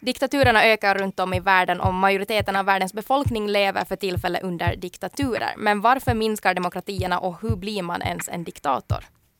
Diktaturerna ökar runt om i världen och majoriteten av världens befolkning lever för tillfället under diktaturer. Men varför minskar demokratierna och hur blir man ens en diktator?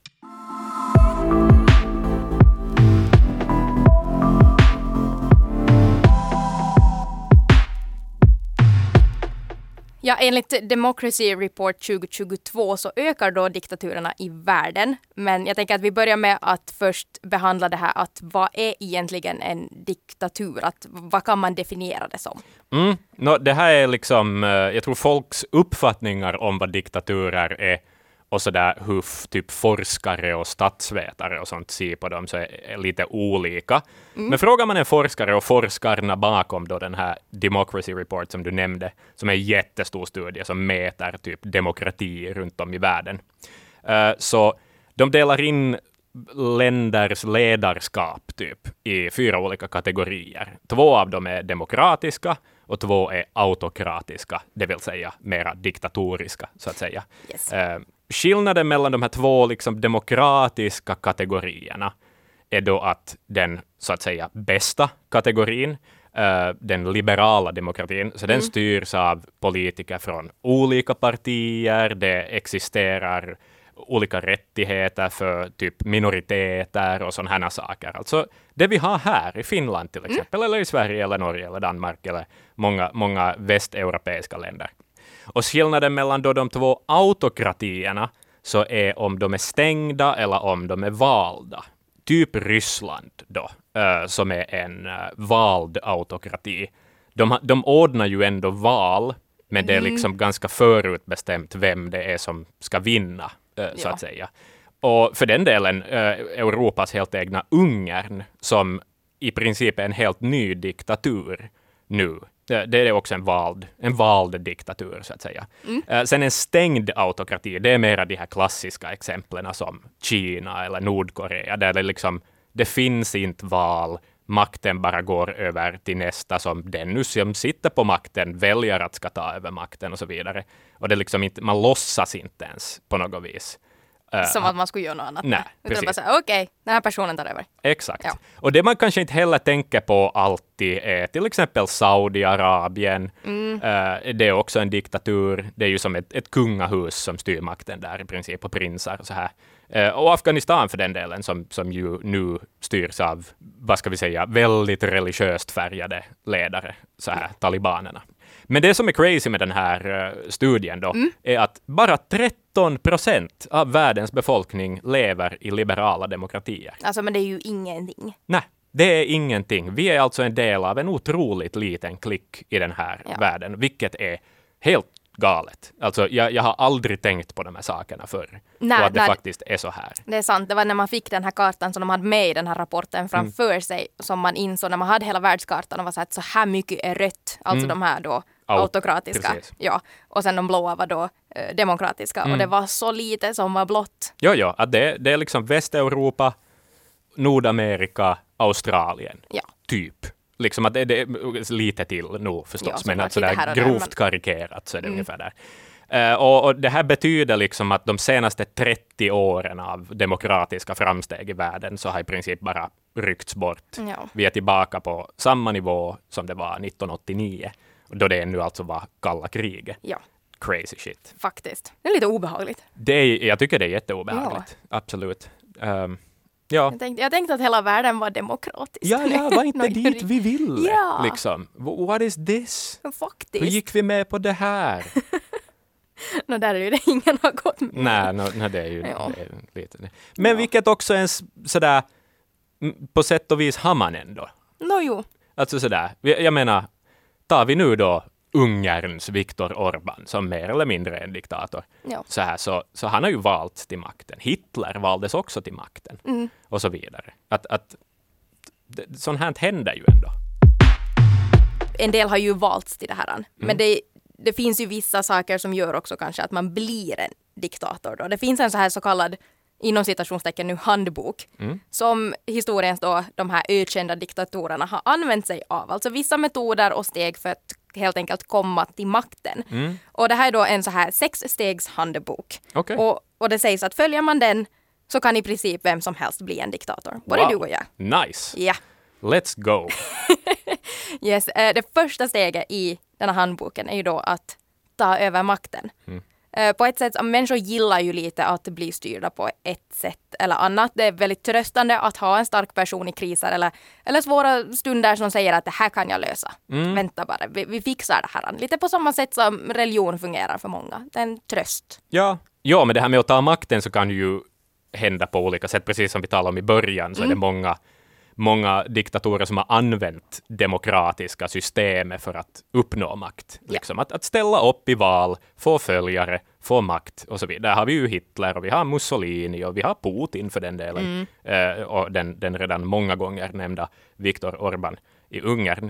Ja, enligt Democracy Report 2022 så ökar då diktaturerna i världen. Men jag tänker att vi börjar med att först behandla det här att vad är egentligen en diktatur? Vad kan man definiera det som? Det här är liksom, jag tror folks uppfattningar om vad diktaturer är och sådär hur typ forskare och statsvetare och sånt ser på dem så är lite olika. Men frågar man en forskare och forskarna bakom då den här Democracy Report som du nämnde, som är en jättestor studie som mäter typ demokrati runt om i världen. Så de delar in länders ledarskap typ i 4 olika kategorier. 2 av dem är demokratiska och 2 är autokratiska, det vill säga mera diktatoriska så att säga. Yes. Skillnaden mellan de här 2 liksom demokratiska kategorierna är då att den så att säga bästa kategorin, den liberala demokratin, så den styrs av politiker från olika partier, det existerar olika rättigheter för typ minoriteter och sådana här saker. Alltså det vi har här i Finland till exempel, eller i Sverige eller Norge eller Danmark eller många västeuropeiska länder. Och skillnaden mellan då de 2 autokratierna så är om de är stängda eller om de är valda. Typ Ryssland då, som är en vald autokrati. De ordnar ju ändå val, men det är liksom ganska förutbestämt vem det är som ska vinna, så att säga. Och för den delen, Europas helt egna Ungern, som i princip är en helt ny diktatur nu. Det är också en vald diktatur, så att säga. Sen en stängd autokrati, det är mera de här klassiska exemplen som Kina eller Nordkorea, där det finns inte val, makten bara går över till nästa som den nu som sitter på makten väljer att ska ta över makten och så vidare. Och det är liksom inte, man låtsas inte ens på något vis. Som att man skulle göra något annat. Nej, utan bara säga, okej, den här personen tar över. Exakt. Ja. Och det man kanske inte heller tänker på alltid är till exempel Saudiarabien. Det är också en diktatur. Det är ju som ett kungahus som styr makten där i princip, och prinsar och så här. Och Afghanistan för den delen som ju nu styrs av, vad ska vi säga, väldigt religiöst färgade ledare, så här, talibanerna. Men det som är crazy med den här studien då är att bara 13% av världens befolkning lever i liberala demokratier. Alltså, men det är ju ingenting. Nej, det är ingenting. Vi är alltså en del av en otroligt liten klick i den här världen, vilket är helt galet. Alltså, jag har aldrig tänkt på de här sakerna förr. Nej, och att det faktiskt är så här. Det är sant. Det var när man fick den här kartan som de hade med i den här rapporten framför sig, som man insåg när man hade hela världskartan och var så att så här mycket är rött. Alltså de här då autokratiska. Precis. Ja. Och sen de blåa var då demokratiska. Och det var så lite som var blått. Ja, att det är liksom Västeuropa, Nordamerika, Australien. Ja. Typ. Liksom att det är lite till nu förstås, Ja, men att lite här sådär och där, grovt karikerat så är det ungefär där. Och det här betyder liksom att de senaste 30 åren av demokratiska framsteg i världen så har i princip bara ryckts bort. Ja. Vi är tillbaka på samma nivå som det var 1989, då det nu alltså var kalla kriget. Ja. Crazy shit. Faktiskt. Det är lite obehagligt. Jag tycker det är jätteobehagligt. Ja. Absolut. Ja. Jag tänkte att hela världen var demokratisk. Ja, var inte dit vi ville. Ja. Liksom. What is this? Faktiskt. Hur gick vi med på det här? Där är ju det ingen har gått med. Nej, det är ju det är lite det. Men vilket också är sådär, på sätt och vis har man ändå. Jo. Alltså sådär, jag menar, tar vi nu då Ungerns Viktor Orbán som mer eller mindre en diktator. Ja. Så han har ju valts till makten. Hitler valdes också till makten. Och så vidare. Att sånt här händer ju ändå. En del har ju valts till det här. Men det finns ju vissa saker som gör också kanske att man blir en diktator. Då. Det finns en så kallad, inom citationstecken nu, handbok som historiens då de här ökända diktatorerna har använt sig av. Alltså vissa metoder och steg för att helt enkelt komma till makten. Och det här är då en så här 6-stegs handbok. Okay. Och det sägs att följer man den så kan i princip vem som helst bli en diktator. Både du och jag. Nice. Ja. Let's go. Yes, det första steget i den här handboken är ju då att ta över makten. På ett sätt, människor gillar ju lite att bli styrda på ett sätt eller annat. Det är väldigt tröstande att ha en stark person i kriser eller svåra stunder som säger att det här kan jag lösa. Vänta bara, vi fixar det här. Lite på samma sätt som religion fungerar för många. Det är en tröst. Ja, men det här med att ta makten så kan ju hända på olika sätt. Precis som vi talade om i början så är det många diktatorer som har använt demokratiska systemet för att uppnå makt. Liksom att ställa upp i val, få följare, få makt och så vidare. Där har vi ju Hitler och vi har Mussolini och vi har Putin för den delen. Och den redan många gånger nämnda Viktor Orbán i Ungern.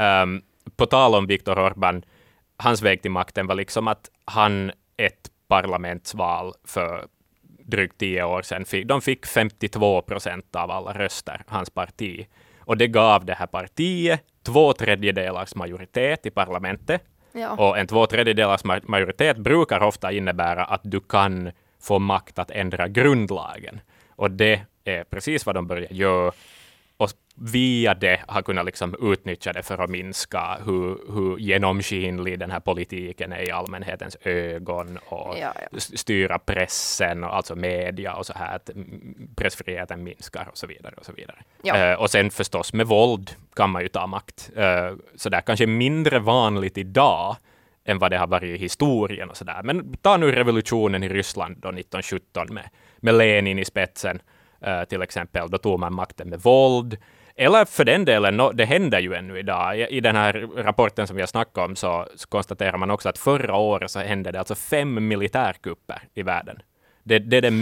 På tal om Viktor Orbán, hans väg till makten var liksom att han ett parlamentsval för drygt 10 år sedan. De fick 52% av alla röster, hans parti. Och det gav det här partiet 2/3 majoritet i parlamentet. Ja. Och en 2/3 majoritet brukar ofta innebära att du kan få makt att ändra grundlagen. Och det är precis vad de börjar göra. Och via det har kunnat liksom utnyttja det för att minska hur genomskinlig den här politiken är i allmänhetens ögon och styra pressen och alltså media och så här att pressfriheten minskar och så vidare och så vidare. Ja. Och sen förstås med våld kan man ju ta makt. Så det är kanske mindre vanligt idag än vad det har varit i historien och så där. Men ta nu revolutionen i Ryssland då 1917 med Lenin i spetsen. Till exempel, då tog man makten med våld. Eller för den delen, det händer ju ännu idag. I den här rapporten som vi har snackat om så konstaterar man också att förra året så hände det alltså 5 militärkupper i världen. Det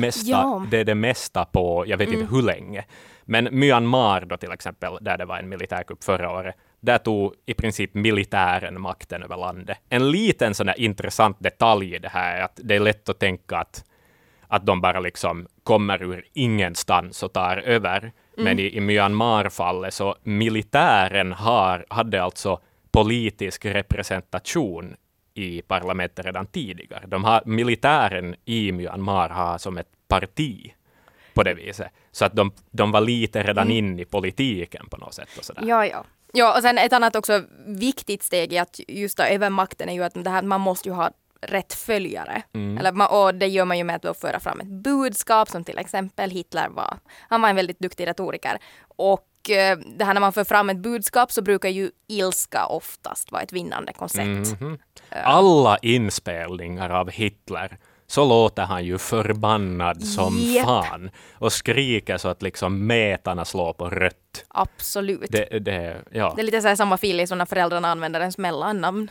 är det mesta på, jag vet inte hur länge. Men Myanmar då till exempel, där det var en militärkupp förra året, där tog i princip militären makten över landet. En liten sån där intressant detalj i det här är att det är lätt att tänka att de bara liksom kommer ur ingenstans och tar över. Men i Myanmar-fallet så militären hade alltså politisk representation i parlamentet redan tidigare. Militären i Myanmar har som ett parti på det viset. Så att de var lite redan in i politiken på något sätt. Och sådär. Ja, och sen ett annat också viktigt steg i att just ta över makten är ju att det här, man måste ju ha rätt följare. Och det gör man ju med att föra fram ett budskap som till exempel Hitler var. Han var en väldigt duktig retoriker. Och det här när man för fram ett budskap så brukar ju ilska oftast vara ett vinnande koncept. Alla inspelningar av Hitler så låter han ju förbannad som fan och skriker så att liksom metarna slår på rött. Absolut. Det är lite så här samma feeling som när föräldrarna använder ens mellannamn.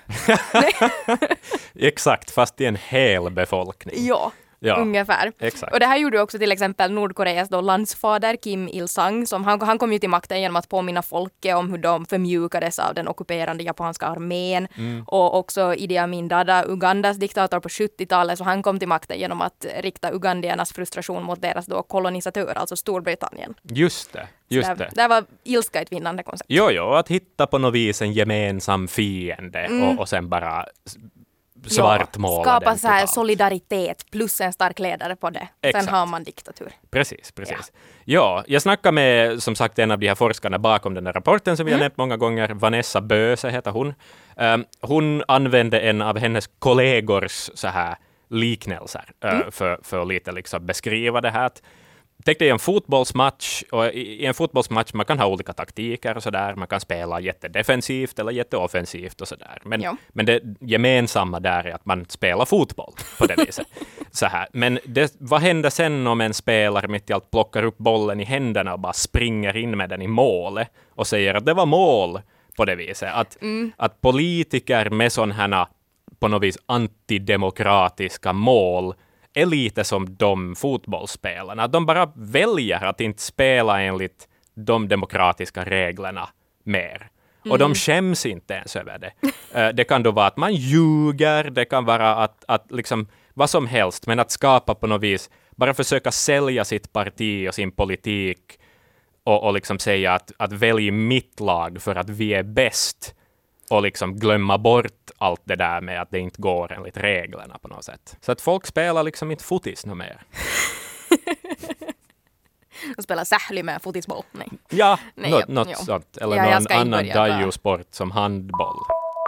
Exakt, fast i en hel befolkning. Ja, ungefär. Exakt. Och det här gjorde också till exempel Nordkoreas då landsfader Kim Il-sung. Som han kom ju till makten genom att påminna folket om hur de förmjukades av den ockuperande japanska armén. Och också Idi Amin Dada, Ugandas diktator på 70-talet. Så han kom till makten genom att rikta ugandiernas frustration mot deras då kolonisatör, alltså Storbritannien. Just det. Där var ilska ett vinnande koncept. Jo, att hitta på något vis en gemensam fiende och sen bara svartmåla skapa den så här totalt. Solidaritet plus en stark ledare på det. Exakt. Sen har man diktatur. Precis. Ja, jag snackade med som sagt en av de här forskarna bakom den här rapporten som vi har nämnt många gånger. Vanessa Böse heter hon. Hon använde en av hennes kollegors så här liknelser för att lite liksom beskriva det här. Tänk dig en fotbollsmatch, och i en fotbollsmatch man kan ha olika taktiker och sådär. Man kan spela jättedefensivt eller jätteoffensivt och sådär. Men det gemensamma där är att man spelar fotboll på det viset. Så här. Men vad händer sen om en spelare mitt i allt plockar upp bollen i händerna och bara springer in med den i målet och säger att det var mål på det viset? Att politiker med sådana här på något vis antidemokratiska mål är lite som de fotbollsspelarna. De bara väljer att inte spela enligt de demokratiska reglerna mer. Och de skäms inte ens över det. Det kan då vara att man ljuger, det kan vara att liksom vad som helst, men att skapa på något vis, bara försöka sälja sitt parti och sin politik och liksom säga att välj mitt lag för att vi är bäst. Och liksom glömma bort allt det där med att det inte går enligt reglerna på något sätt. Så att folk spelar liksom inte fotis något mer. Och spela sähly med en fotisboll. Nej. Ja, Nej, något ja. sånt. Eller Ja, jag någon ska inte annan börja bara. dajo-sport som handboll.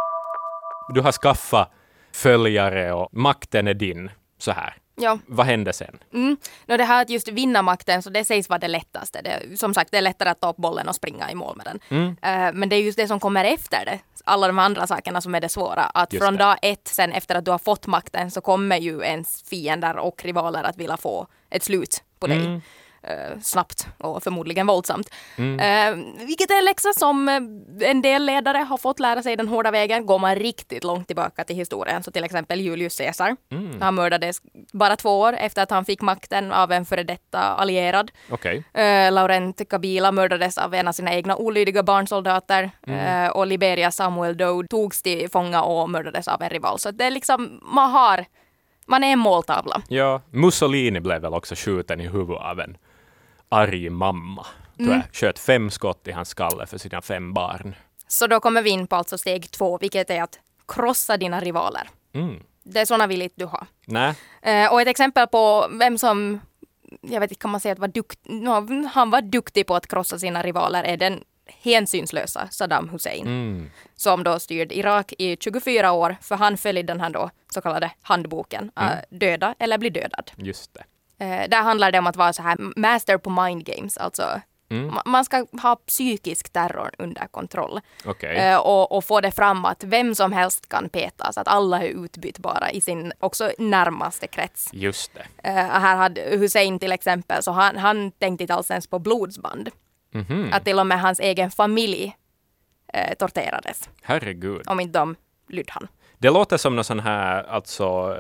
Du har skaffat följare och makten är din. Så här. Ja. Vad hände sen? Det här att just vinna makten, så det sägs vara det lättaste. Som sagt, det är lättare att ta upp bollen och springa i mål med den. Men det är just det som kommer efter det. Alla de andra sakerna som är det svåra. Att Just från det. dag ett, sen efter att du har fått makten, så kommer ju ens fiender och rivaler att vilja få ett slut på dig. Snabbt och förmodligen våldsamt. Vilket är en läxa som en del ledare har fått lära sig den hårda vägen. Går man riktigt långt tillbaka till historien, så till exempel Julius Caesar. Han mördades bara 2 år efter att han fick makten av en före detta allierad. Okej. Laurent Kabila mördades av en av sina egna olydiga barnsoldater. Och Liberia Samuel Doe togs till fånga och mördades av en rival. Så det är liksom, man är en måltavla. Ja, Mussolini blev väl också skjuten i huvudet av en arg mamma. Tror jag. Sköt 5 skott i hans skalle för sina 5 barn. Så då kommer vi in på alltså steg 2, vilket är att krossa dina rivaler. Det är sådana vill inte du ha. Nej. Och ett exempel på vem som, jag vet inte, kan man säga att han var duktig på att krossa sina rivaler, är den hänsynslösa Saddam Hussein. Som då styrde Irak i 24 år, för han föll i den här då så kallade handboken. Döda eller bli dödad. Just det. Där handlar det om att vara så här master på mind games, alltså man ska ha psykisk terror under kontroll. Okej. Och få det fram att vem som helst kan petas, att alla är utbytbara i sin också närmaste krets. Just det. Här hade Hussein till exempel, så han tänkte inte alls ens på blodsband. Att till och med hans egen familj torterades. Herregud. Om inte de lydde han. Det låter som någon sån här, alltså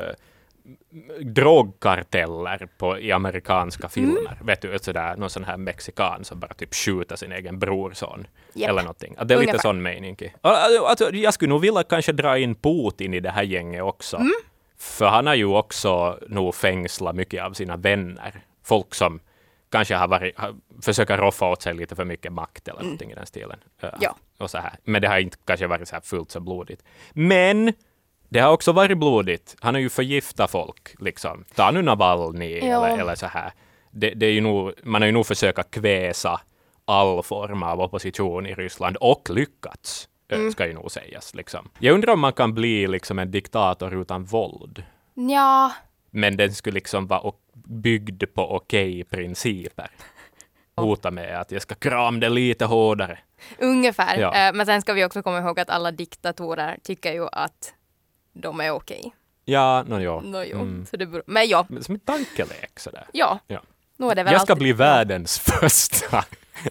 drogkarteller i amerikanska filmer. Vet du, sådär, någon sån här mexikan som bara typ skjuter sin egen brorson. Yep. Eller någonting. Att det är lite Ungefär. sån mening. Alltså, jag skulle nog vilja kanske dra in Putin i det här gänget också. För han har ju också nog fängslat mycket av sina vänner. Folk som kanske försöker roffa åt sig lite för mycket makt eller någonting i den stilen. Ja. Och så här. Men det har inte kanske varit så här fullt så blodigt. Men det har också varit blodigt. Han har ju förgiftat folk. Liksom. Ta nu Navalny eller så här. Det är ju nog, man har ju nog försökt kväsa all form av opposition i Ryssland och lyckats, ska ju nog sägas. Liksom. Jag undrar om man kan bli liksom en diktator utan våld. Ja. Men den skulle liksom vara byggd på okej principer. Hota med att jag ska krama det lite hårdare. Ungefär. Ja. Men sen ska vi också komma ihåg att alla diktatorer tycker ju att de är okej. Ja, Så det men ja. Som en tankelek sådär. Ja. Ja. Nu är det väl Jag ska alltid bli världens första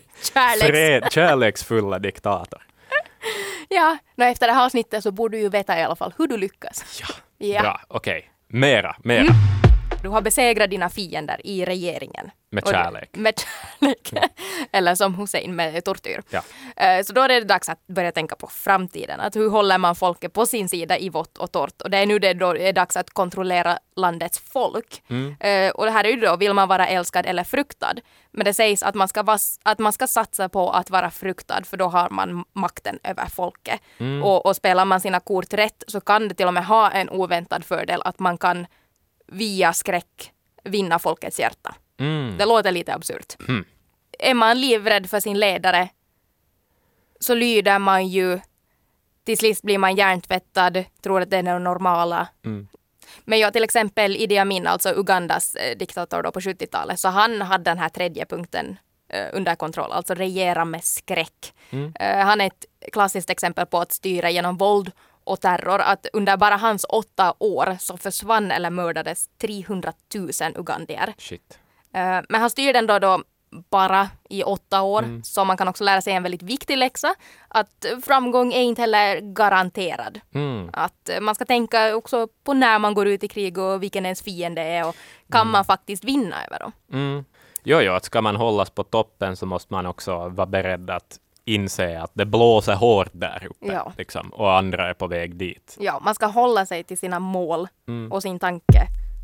kärleksfulla diktator. Ja, efter det här avsnittet så borde du ju veta i alla fall hur du lyckas. Ja. Bra, okej. Mera. Du har besegrat dina fiender i regeringen. Med kärlek. Med kärlek. Eller som Hussein med tortyr. Ja. Så då är det dags att börja tänka på framtiden. Att hur håller man folket på sin sida i vått och torrt. Och det är nu det då är dags att kontrollera landets folk. Och det här är ju då, vill man vara älskad eller fruktad. Men det sägs att man ska satsa på att vara fruktad, för då har man makten över folket. Och spelar man sina kort rätt så kan det till och med ha en oväntad fördel att man kan via skräck vinna folkets hjärta. Det låter lite absurt. Är man livrädd för sin ledare så lyder man ju, till sist blir man hjärntvättad, tror att det är det normala. Men jag till exempel Idi Amin, alltså Ugandas diktator då på 70-talet, så han hade den här 3:e punkten under kontroll, alltså regera med skräck. Han är ett klassiskt exempel på att styra genom våld och terror, att under bara hans 8 år så försvann eller mördades 300 000 ugandier. Shit. Men han styrde ändå då bara i 8 år, så man kan också lära sig en väldigt viktig läxa, att framgång är inte heller garanterad. Att man ska tänka också på när man går ut i krig och vilken ens fiende är och kan man faktiskt vinna över dem. Jo, att ska man hållas på toppen så måste man också vara beredd att inse att det blåser hårt där uppe liksom, och andra är på väg dit. Ja, man ska hålla sig till sina mål och sin tanke.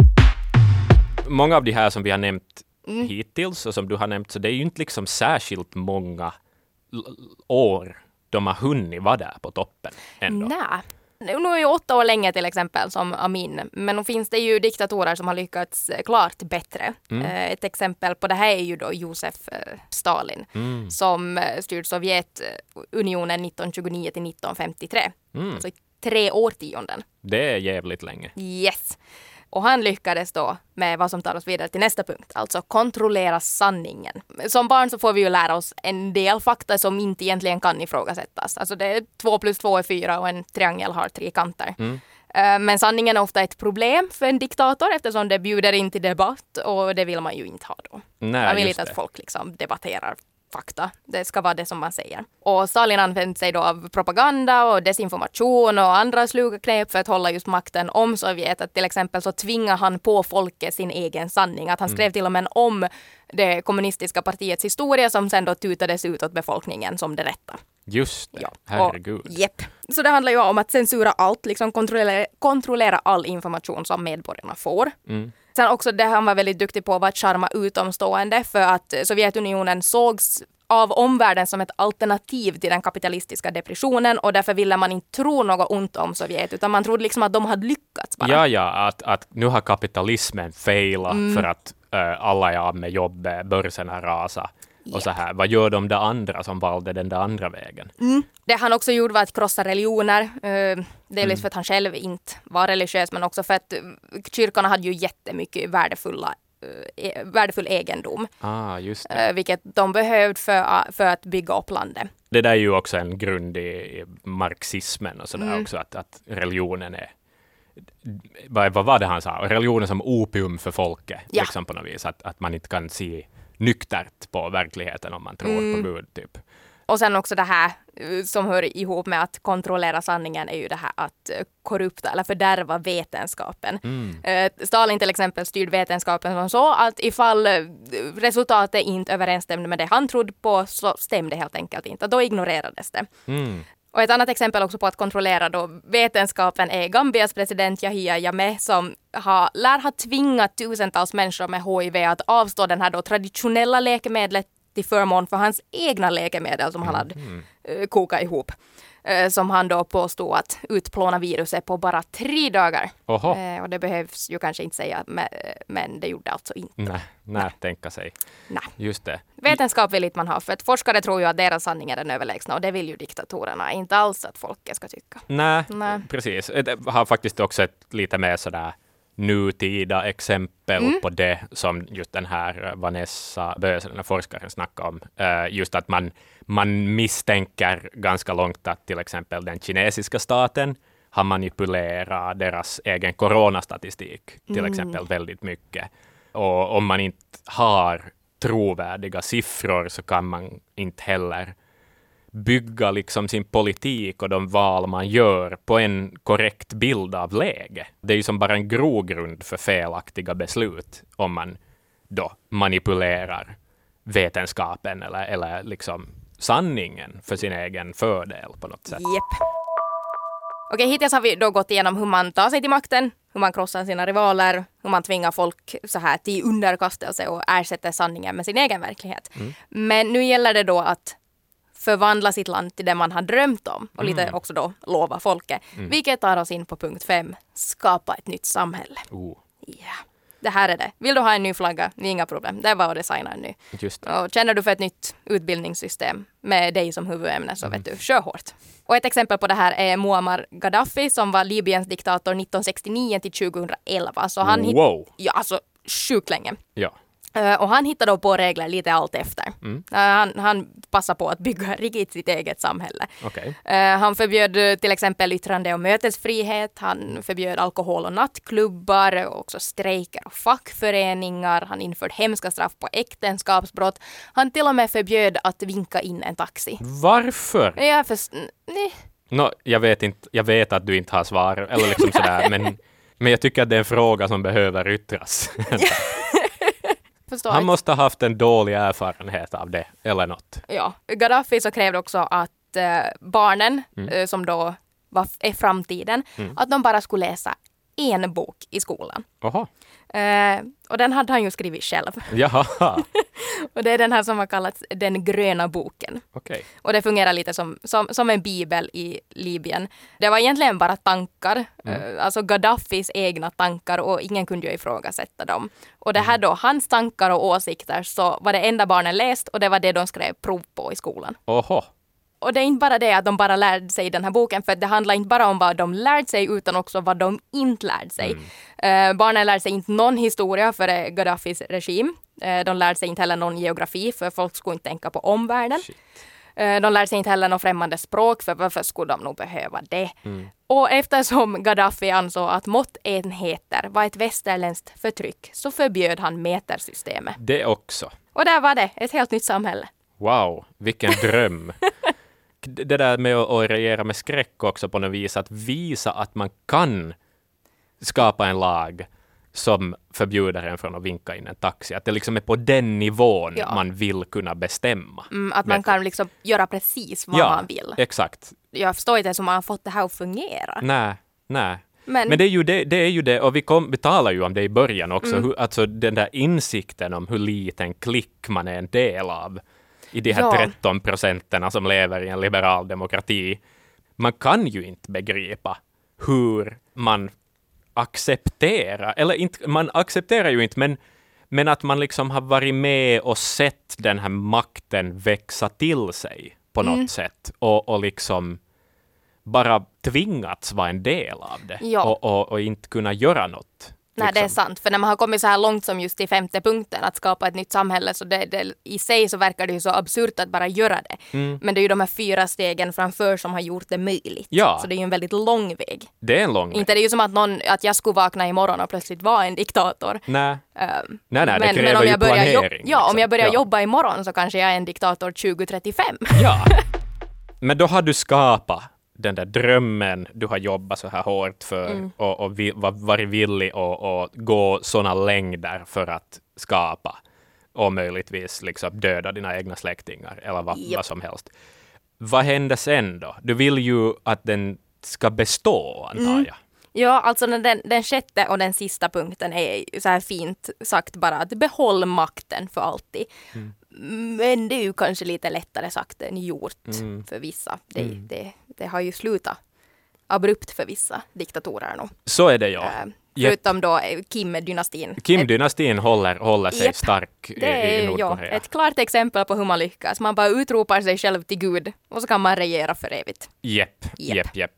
Många av de här som vi har nämnt hittills och som du har nämnt, så det är ju inte liksom särskilt många år de har hunnit vara där på toppen ändå. Nej. nu är ju 8 år länge till exempel som Amin, men nu finns det ju diktatorer som har lyckats klart bättre. Ett exempel på det här är ju då Josef Stalin som styrde Sovjetunionen 1929 till 1953. Alltså i 3 årtionden. Det är jävligt länge. Yes. Och han lyckades då med vad som tar oss vidare till nästa punkt, alltså kontrollera sanningen. Som barn så får vi ju lära oss en del fakta som inte egentligen kan ifrågasättas. Alltså det är 2 + 2 är 4 och en triangel har 3 kanter. Men sanningen är ofta ett problem för en diktator eftersom det bjuder in till debatt och det vill man ju inte ha då. Nej, man vill inte att folk liksom debatterar fakta. Det ska vara det som man säger. Och Stalin använde sig då av propaganda och desinformation och andra sluga knep för att hålla just makten om Sovjet. Att till exempel så tvingar han på folket sin egen sanning. Att han skrev till och med om det kommunistiska partiets historia som sen då tutades utåt befolkningen som det rätta. Just det, herregud. Japp. Så det handlar ju om att censura allt, liksom kontrollera all information som medborgarna får. Sen också det han var väldigt duktig på var att charma utomstående för att Sovjetunionen sågs av omvärlden som ett alternativ till den kapitalistiska depressionen och därför ville man inte tro något ont om Sovjet utan man trodde liksom att de hade lyckats bara. Ja, att nu har kapitalismen failat för att alla är av med jobb, börsen har rasat. Och så här, vad gör de där andra som valde den där andra vägen? Det han också gjorde var att krossa religioner. Delvis för att han själv inte var religiös men också för att kyrkorna hade ju jättemycket värdefull egendom. Just det. Vilket de behövde för att bygga upp landet. Det där är ju också en grund i marxismen och sådär också att religionen är vad var det han sa? Religionen som opium för folket liksom på något vis. Att man inte kan se nyktert på verkligheten om man tror på Gud typ. Och sen också det här som hör ihop med att kontrollera sanningen är ju det här att korrupta eller fördärva vetenskapen. Stalin till exempel styrde vetenskapen som så att ifall resultatet inte överensstämde med det han trodde på så stämde helt enkelt inte. Då ignorerades det. Och ett annat exempel också på att kontrollera då vetenskapen är Gambias president Yahya Jammeh som lär ha tvingat tusentals människor med HIV att avstå den här då traditionella läkemedlet till förmån för hans egna läkemedel som han hade kokat ihop. Som han då påstod att utplåna viruset på bara 3 dagar. Och det behövs ju kanske inte säga, men det gjorde alltså inte. Nej, tänka sig. Nej. Just det. Vetenskap vill inte man ha, för att forskare tror ju att deras sanning är den överlägsna och det vill ju diktatorerna inte alls att folket ska tycka. Nej. Precis. Jag har faktiskt också ett lite mer sådär nutida exempel på det som just den här Vanessa Böse, den här forskaren, snackade om. Just att man misstänker ganska långt att till exempel den kinesiska staten har manipulerat deras egen coronastatistik till exempel väldigt mycket. Och om man inte har trovärdiga siffror så kan man inte heller bygga liksom sin politik och de val man gör på en korrekt bild av läge. Det är ju som bara en grogrund för felaktiga beslut om man då manipulerar vetenskapen eller liksom sanningen för sin egen fördel på något sätt. Japp. Okej, hittills har vi då gått igenom hur man tar sig till makten, hur man krossar sina rivaler, hur man tvingar folk så här till underkastelse och ersätter sanningen med sin egen verklighet. Men nu gäller det då att förvandla sitt land till det man har drömt om och lite också då lova folket. Vilket tar oss in på punkt 5. Skapa ett nytt samhälle. Det här är det. Vill du ha en ny flagga? Inga problem. Det är bara att designa en ny. Just det. Och känner du för ett nytt utbildningssystem med dig som huvudämne så vet du, kör hårt. Och ett exempel på det här är Muammar Gaddafi som var Libyens diktator 1969 till 2011. Så han alltså sjukt länge. Ja. Och han hittade då på regler lite allt efter. Han passade på att bygga riktigt sitt eget samhälle. Okay. Han förbjöd till exempel yttrande- och mötesfrihet. Han förbjöd alkohol- och nattklubbar. Och också strejker och fackföreningar. Han införde hemska straff på äktenskapsbrott. Han till och med förbjöd att vinka in en taxi. Varför? Jag vet att du inte har svar. Eller liksom sådär, men jag tycker att det är en fråga som behöver yttras. Han måste ha haft en dålig erfarenhet av det, eller något. Ja, Gaddafi så krävde också att barnen, som då är framtiden, att de bara skulle läsa en bok i skolan. Oha. Och den hade han ju skrivit själv. Jaha. Och det är den här som har kallats den gröna boken. Okej. Och det fungerar lite som en bibel i Libyen. Det var egentligen bara tankar, alltså Gaddafis egna tankar, och ingen kunde ju ifrågasätta dem. Och det här då, hans tankar och åsikter, så var det enda barnen läst, och det var det de skrev prov på i skolan. Oho. Och det är inte bara det att de bara lärde sig den här boken, för det handlar inte bara om vad de lärde sig utan också vad de inte lärde sig. Barnen lärde sig inte någon historia för Gaddafis regim. De lärde sig inte heller någon geografi, för folk skulle inte tänka på omvärlden. Shit. De lärde sig inte heller något främmande språk, för varför skulle de nog behöva det? Och eftersom Gaddafi ansåg att måttenheter var ett västerländskt förtryck, så förbjöd han metersystemet. Det också. Och där var det, ett helt nytt samhälle. Wow, vilken dröm. Det där med att regera med skräck också på något vis, att visa att man kan skapa en lag som förbjuder en från att vinka in en taxi. Att det liksom är på den nivån man vill kunna bestämma. Att man kan liksom göra precis vad man vill. Exakt. Jag förstår inte ens om man har fått det här att fungera. Nej. Men det är ju det, och vi talar ju om det i början också, alltså den där insikten om hur liten klick man är en del av i de här 13% som lever i en liberal demokrati. Man kan ju inte begripa hur man accepterar, eller inte, man accepterar ju inte, men att man liksom har varit med och sett den här makten växa till sig på något sätt, och liksom bara tvingats vara en del av det och inte kunna göra något. Nej, det är sant. För när man har kommit så här långt som just i 5:e punkten, att skapa ett nytt samhälle, så det i sig så verkar det ju så absurt att bara göra det. Men det är ju de här 4 stegen framför som har gjort det möjligt. Ja. Så det är ju en väldigt lång väg. Det är en lång väg. Inte det är ju som att jag skulle vakna imorgon och plötsligt vara en diktator. Nej, det kräver ju planering. Om jag börjar jobba imorgon så kanske jag är en diktator 2035. Ja, men då har du skapat den där drömmen du har jobbat så här hårt för och varit villig att gå såna längder för att skapa och möjligtvis liksom döda dina egna släktingar eller vad som helst. Vad händer sen då? Du vill ju att den ska bestå, antar jag. Ja, alltså den 6:e och den sista punkten är så här fint sagt bara att behåll makten för alltid. Men det är ju kanske lite lättare sagt än gjort för vissa. Det har ju slutat abrupt för vissa diktatorer nu. Så är det, ja. Förutom då Kim-dynastin. Kim-dynastin håller sig stark i Nordkorea. Ett klart exempel på hur man lyckas. Man bara utropar sig själv till Gud och så kan man regera för evigt. Japp.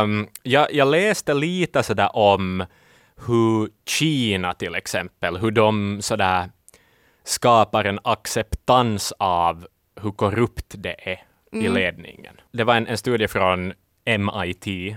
Jag läste lite sådär om hur Kina till exempel, hur de sådär skapar en acceptans av hur korrupt det är i ledningen. Det var en studie från MIT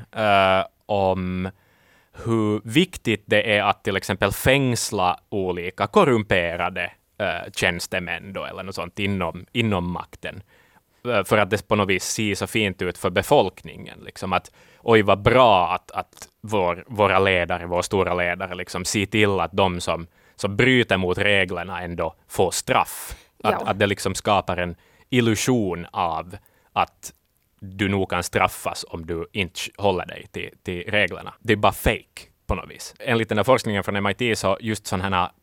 om hur viktigt det är att till exempel fängsla olika korrumperade tjänstemän då, eller något sånt inom makten. För att det på något vis ser så fint ut för befolkningen. Liksom att oj, vad bra att våra ledare, våra stora ledare liksom ser till att de som bryter mot reglerna ändå får straff. Att det liksom skapar en illusion av att du nog kan straffas om du inte håller dig till reglerna. Det är bara fake på något vis. Enligt den här forskningen från MIT så just sådana här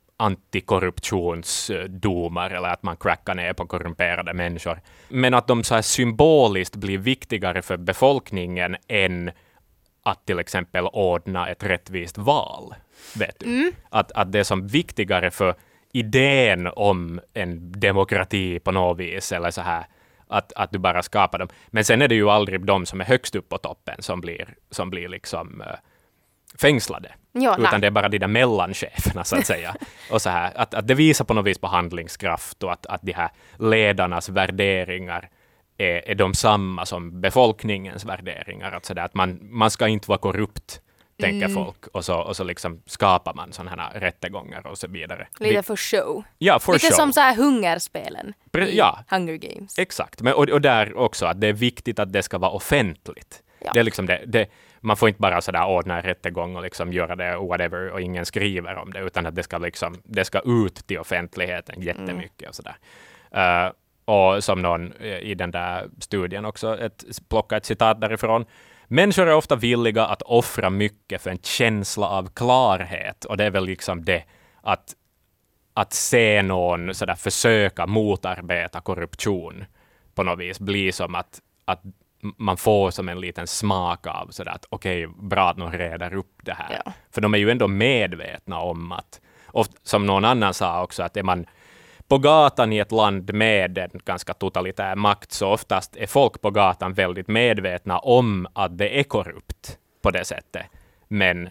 antikorruptionsdomar eller att man crackar ner på korrumperade människor. Men att de så här symboliskt blir viktigare för befolkningen än att till exempel ordna ett rättvist val. Vet du? Att det är som viktigare för idén om en demokrati på något vis eller så här. Att du bara skapar dem. Men sen är det ju aldrig de som är högst upp på toppen som blir liksom fängslade. Utan det är bara de där mellancheferna så att säga. Och så här, att det visar på något vis på handlingskraft och att de här ledarnas värderingar är de samma som befolkningens värderingar. Att, så där, att man ska inte vara korrupt, tänker folk. Och så liksom skapar man sådana här rättegångar och så vidare. Lite för show. Ja, för lite show. som så här hungerspelen i Hunger Games. Exakt. Men, och där också att det är viktigt att det ska vara offentligt. Ja. Det är liksom man får inte bara sådär ordna en rättegång och liksom göra det whatever och ingen skriver om det, utan att det ska ut till offentligheten jättemycket och sådär. Och som någon i den där studien också plocka ett citat därifrån. Människor är ofta villiga att offra mycket för en känsla av klarhet, och det är väl liksom det att se någon sådär försöka motarbeta korruption på något vis blir som att man får som en liten smak av sådär att okej, bra att någon reder upp det här. Ja. För de är ju ändå medvetna om att, och som någon annan sa också, att är man på gatan i ett land med en ganska totalitär makt, så oftast är folk på gatan väldigt medvetna om att det är korrupt på det sättet. Men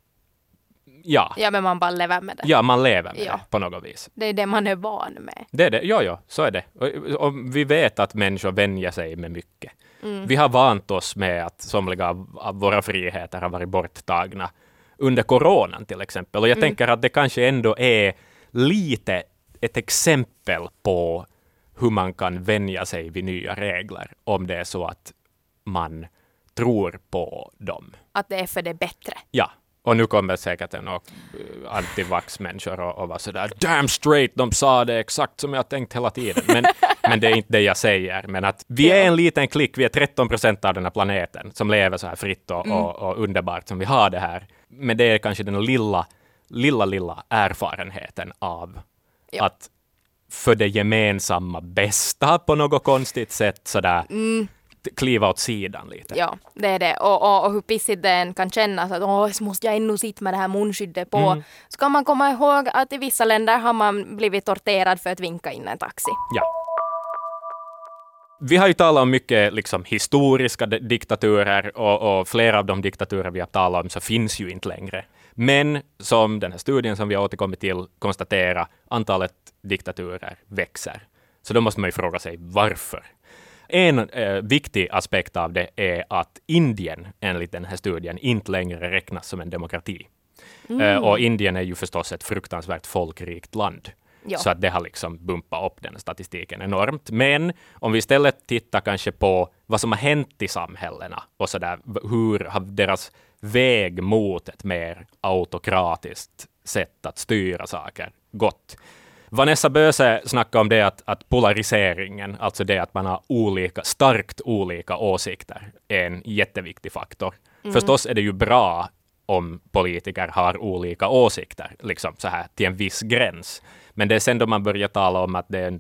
men man bara lever med det. Ja, man lever med det på något vis. Det är det man är van med. Det är det. Ja, så är det. Och vi vet att människor vänjer sig med mycket. Vi har vant oss med att somliga av våra friheter har varit borttagna under coronan till exempel. Och jag tänker att det kanske ändå är lite ett exempel på hur man kan vänja sig vid nya regler om det är så att man tror på dem. Att det är för det bättre. Ja. Och nu kommer säkert en antivax-människor och vara sådär damn straight, de sa det exakt som jag tänkt hela tiden. Men det är inte det jag säger. Men att vi är en liten klick, vi är 13% av den här planeten som lever så här fritt och underbart som vi har det här. Men det är kanske den lilla erfarenheten av att för det gemensamma bästa på något konstigt sätt sådär kliva åt sidan lite. Ja, det är det. Och hur pissigt den kan kännas att så måste jag ännu sitta med det här munskyddet på. Så kan man komma ihåg att i vissa länder har man blivit torterad för att vinka in en taxi. Ja. Vi har ju talat om mycket liksom, historiska diktaturer och flera av de diktaturer vi har talat om så finns ju inte längre. Men som den här studien som vi har återkommit till konstaterar, antalet diktaturer växer. Så då måste man ju fråga sig varför. En viktig aspekt av det är att Indien, enligt den här studien, inte längre räknas som en demokrati. Och Indien är ju förstås ett fruktansvärt folkrikt land. Ja. Så att det har liksom bumpat upp den statistiken enormt. Men om vi istället tittar kanske på vad som har hänt i samhällena och så där, hur har deras väg mot ett mer autokratiskt sätt att styra saker gått. Vanessa Böse snackade om det att polariseringen, alltså det att man har starkt olika åsikter, är en jätteviktig faktor. Förstås är det ju bra om politiker har olika åsikter, liksom så här till en viss gräns. Men det är sen då man börjar tala om att det är en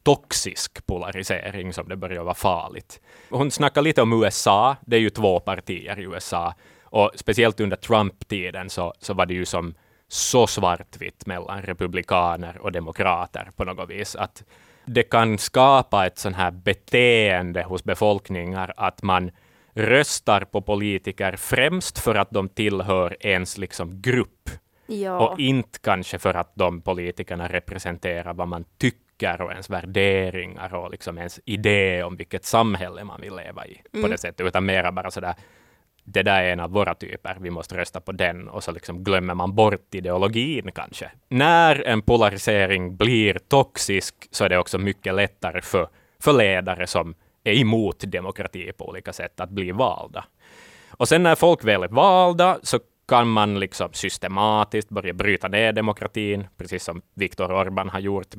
toxisk polarisering som det börjar vara farligt. Hon snackar lite om USA, det är ju 2 partier i USA. Och speciellt under Trump-tiden så var det ju som så svartvitt mellan republikaner och demokrater på något vis. Att det kan skapa ett sån här beteende hos befolkningar att man röstar på politiker främst för att de tillhör ens liksom grupp. Ja. Och inte kanske för att de politikerna representerar vad man tycker och ens värderingar och liksom ens idé om vilket samhälle man vill leva i på det sättet. Utan mera bara sådär, det där är en av våra typer, vi måste rösta på den, och så liksom glömmer man bort ideologin kanske. När en polarisering blir toxisk så är det också mycket lättare för ledare som är emot demokrati på olika sätt att bli valda. Och sen när folk väl är valda så kan man liksom systematiskt börja bryta ner demokratin, precis som Viktor Orbán har gjort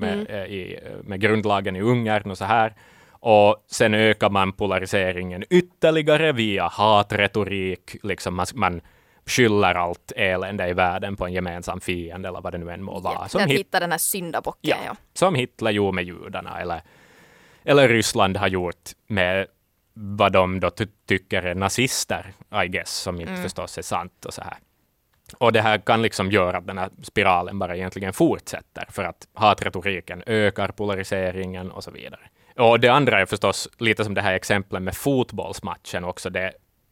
med grundlagen i Ungern och så här. Och sen ökar man polariseringen ytterligare via hatretorik. Liksom man skyller allt elände i världen på en gemensam fiende eller vad det nu än må vara. Som hittar den här syndabocken. Ja, som Hitler gjorde med judarna eller Ryssland har gjort med vad de då tycker är nazister, I guess, som inte förstås är sant och så här. Och det här kan liksom göra att den här spiralen bara egentligen fortsätter för att hatretoriken ökar polariseringen och så vidare. Och det andra är förstås lite som det här exemplet med fotbollsmatchen också, det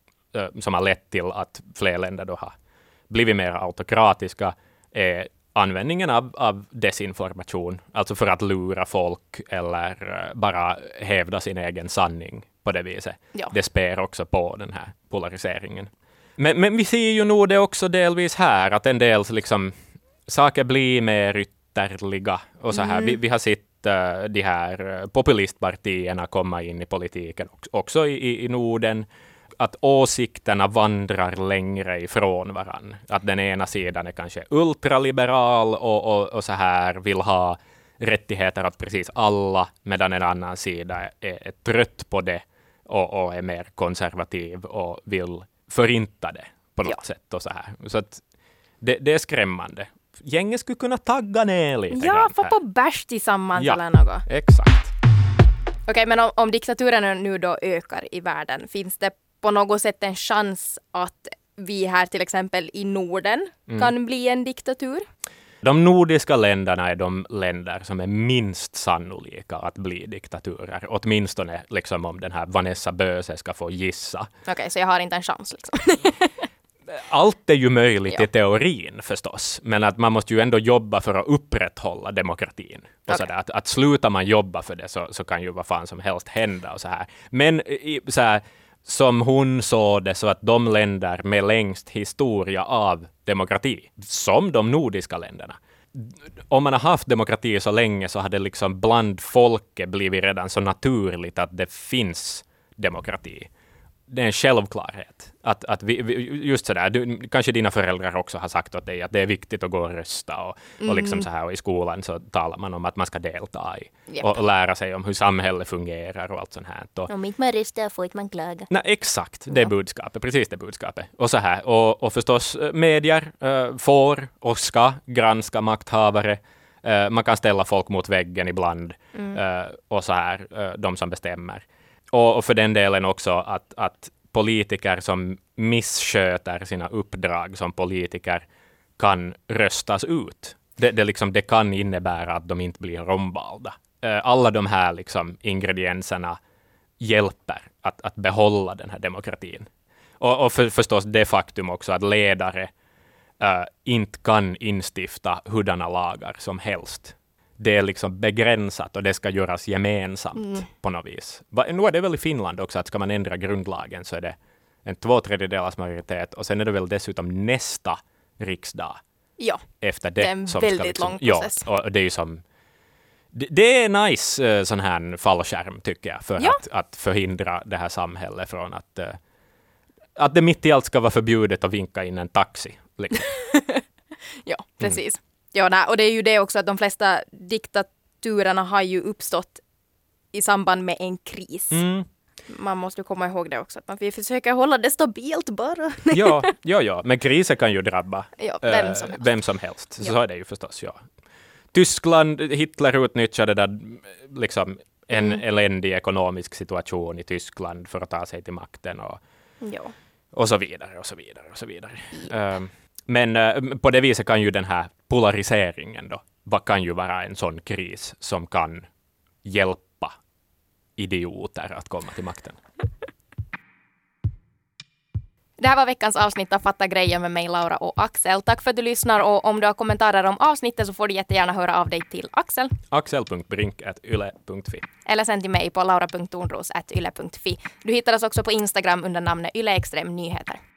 som har lett till att fler länder då har blivit mer autokratiska, är användningen av desinformation, alltså för att lura folk eller bara hävda sin egen sanning på det viset. Ja. Det spär också på den här polariseringen. Men vi ser ju nog det också delvis här, att en del liksom, saker blir mer ytterliga och så här. Vi har sett de här populistpartierna komma in i politiken också i Norden. Att åsikterna vandrar längre ifrån varann. Att den ena sidan är kanske ultraliberal och så här vill ha rättigheter åt precis alla, medan en annan sida är trött på det och är mer konservativ och vill förinta det på något sätt. Och så här. Så att det är skrämmande. Gänget skulle kunna tagga ner lite. Ja, få på bärs tillsammans Ja, eller något. exakt. Okej, men om diktaturerna nu då ökar i världen, finns det på något sätt en chans att vi här till exempel i Norden kan bli en diktatur? De nordiska länderna är de länder som är minst sannolika att bli diktaturer. Åtminstone liksom om den här Vanessa Böse ska få gissa. Okej, så jag har inte en chans liksom. Allt är ju möjligt i teorin förstås, men att man måste ju ändå jobba för att upprätthålla demokratin. Och så där, att slutar man jobba för det så kan ju vad fan som helst hända och så här. Men så här, som hon såg det, så att de länder med längst historia av demokrati, som de nordiska länderna, om man har haft demokrati så länge så hade liksom bland folket blivit redan så naturligt att det finns demokrati. Det är en självklarhet. Att vi just sådär, kanske dina föräldrar också har sagt åt dig att det är viktigt att gå och rösta och liksom så här, och i skolan så talar man om att man ska delta i och lära sig om hur samhället fungerar och allt sånt här. Om inte man röstar får inte man klaga. Nej, exakt, det är budskapet, precis det budskapet. Och så här, och förstås medier får och ska granska makthavare. Man kan ställa folk mot väggen ibland och så här, de som bestämmer. Och för den delen också att politiker som missköter sina uppdrag som politiker kan röstas ut. Det kan innebära att de inte blir omvalda. Alla de här liksom ingredienserna hjälper att behålla den här demokratin. Och förstås det faktum också att ledare inte kan instifta hurdana lagar som helst. Det är liksom begränsat och det ska göras gemensamt på något vis. Nu är det väl i Finland också att ska man ändra grundlagen så är det en 2/3 majoritet och sen är det väl dessutom nästa riksdag efter det. Det är en som väldigt ska liksom, lång process. Ja, och det är ju som det är nice sån här fallskärm tycker jag för att förhindra det här samhället från att det mitt i allt ska vara förbjudet att vinka in en taxi. Liksom. Ja, precis. Ja, och det är ju det också att de flesta diktaturerna har ju uppstått i samband med en kris. Man måste komma ihåg det också, att man försöker hålla det stabilt bara. ja, men kriser kan ju drabba vem som helst. Så är det ju förstås, Tyskland, Hitler utnyttjade där liksom en eländig ekonomisk situation i Tyskland för att ta sig till makten och så vidare och så vidare och så vidare. Men på det viset kan ju den här polariseringen då kan ju vara en sån kris som kan hjälpa idioter att komma till makten. Det här var veckans avsnitt av Fatta grejer med mig, Laura och Axel. Tack för att du lyssnar och om du har kommentarer om avsnittet så får du jättegärna höra av dig till Axel. axel.brink@yle.fi eller sen till mig på laura.tornros@yle.fi. Du hittar oss också på Instagram under namnet Yle Extrem Nyheter.